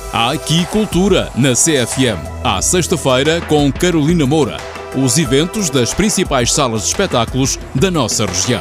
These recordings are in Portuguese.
Há aqui cultura na CFM. À sexta-feira com Carolina Moura. Os eventos das principais salas de espetáculos da nossa região.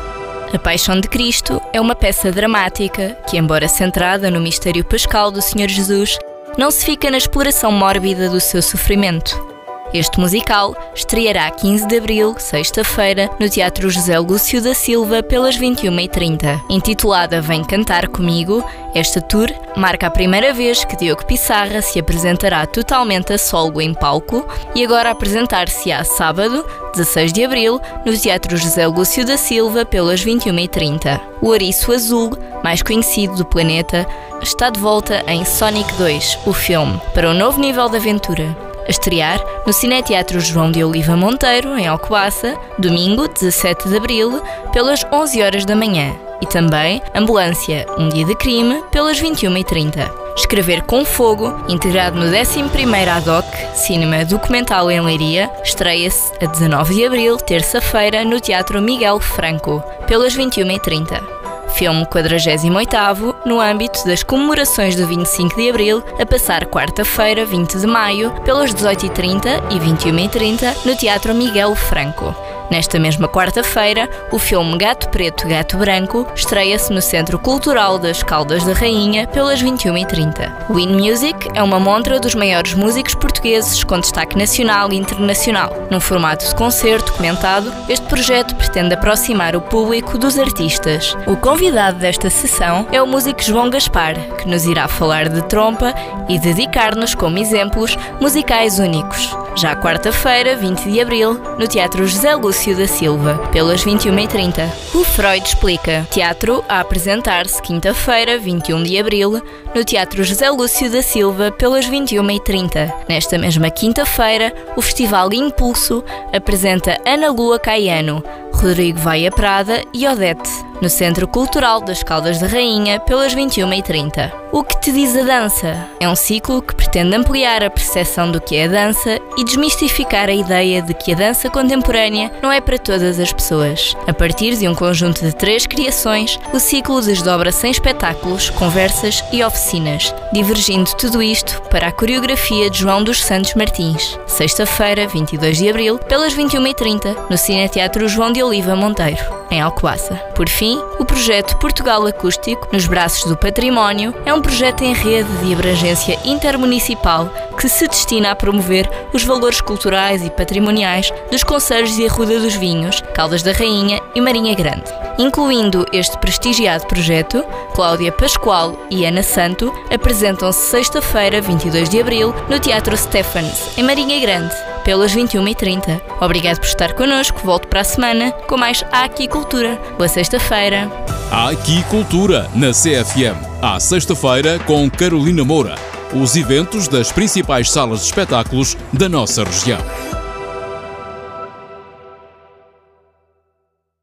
A Paixão de Cristo é uma peça dramática que, embora centrada no mistério pascal do Senhor Jesus, não se fica na exploração mórbida do seu sofrimento. Este musical estreará 15 de abril, sexta-feira, no Teatro José Lúcio da Silva, pelas 21h30. Intitulada Vem Cantar Comigo, esta tour marca a primeira vez que Diogo Pissarra se apresentará totalmente a solo em palco e agora apresentar-se-á sábado, 16 de abril, no Teatro José Lúcio da Silva, pelas 21h30. O Ouriço Azul, mais conhecido do planeta, está de volta em Sonic 2, o filme, para um novo nível de aventura. A estrear no Cineteatro João de Oliva Monteiro, em Alcobaça, domingo, 17 de abril, pelas 11 horas da manhã. E também Ambulância, um dia de crime, pelas 21h30. Escrever com Fogo, integrado no 11º ADOC, Cinema Documental em Leiria, estreia-se a 19 de abril, terça-feira, no Teatro Miguel Franco, pelas 21h30. Filme 48º, no âmbito das comemorações do 25 de abril, a passar quarta-feira, 20 de maio, pelas 18h30 e 21h30, no Teatro Miguel Franco. Nesta mesma quarta-feira, o filme Gato Preto, Gato Branco estreia-se no Centro Cultural das Caldas da Rainha pelas 21h30. Win Music é uma montra dos maiores músicos portugueses com destaque nacional e internacional. Num formato de concerto comentado, este projeto pretende aproximar o público dos artistas. O convidado desta sessão é o músico João Gaspar, que nos irá falar de trompa e dedicar-nos como exemplos musicais únicos. Já quarta-feira, 20 de abril, no Teatro José Lúcio da Silva, pelas 21h30. O Freud Explica. Teatro a apresentar-se quinta-feira, 21 de abril, no Teatro José Lúcio da Silva, pelas 21h30. Nesta mesma quinta-feira, o Festival Impulso apresenta Ana Lua Caiano, Rodrigo Vaia Prada e Odete, no Centro Cultural das Caldas da Rainha, pelas 21h30. O que te diz a dança? É um ciclo que pretende ampliar a percepção do que é a dança e desmistificar a ideia de que a dança contemporânea não é para todas as pessoas. A partir de um conjunto de 3 criações, o ciclo desdobra-se em espetáculos, conversas e oficinas, divergindo tudo isto para a coreografia de João dos Santos Martins. Sexta-feira, 22 de abril, pelas 21h30, no Cineteatro João de Oliva Monteiro, em Alcobaça. Por fim, o projeto Portugal Acústico, nos braços do património, é um projeto em rede de abrangência intermunicipal que se destina a promover os valores culturais e patrimoniais dos concelhos de Arruda dos Vinhos, Caldas da Rainha e Marinha Grande. Incluindo este prestigiado projeto, Cláudia Pascoal e Ana Santo apresentam-se sexta-feira, 22 de abril, no Teatro Stephens, em Marinha Grande, pelas 21h30. Obrigado por estar connosco. Volto para a semana com mais Há Aqui Cultura. Boa sexta-feira. Há aqui cultura na CFM. À sexta-feira com Carolina Moura. Os eventos das principais salas de espetáculos da nossa região.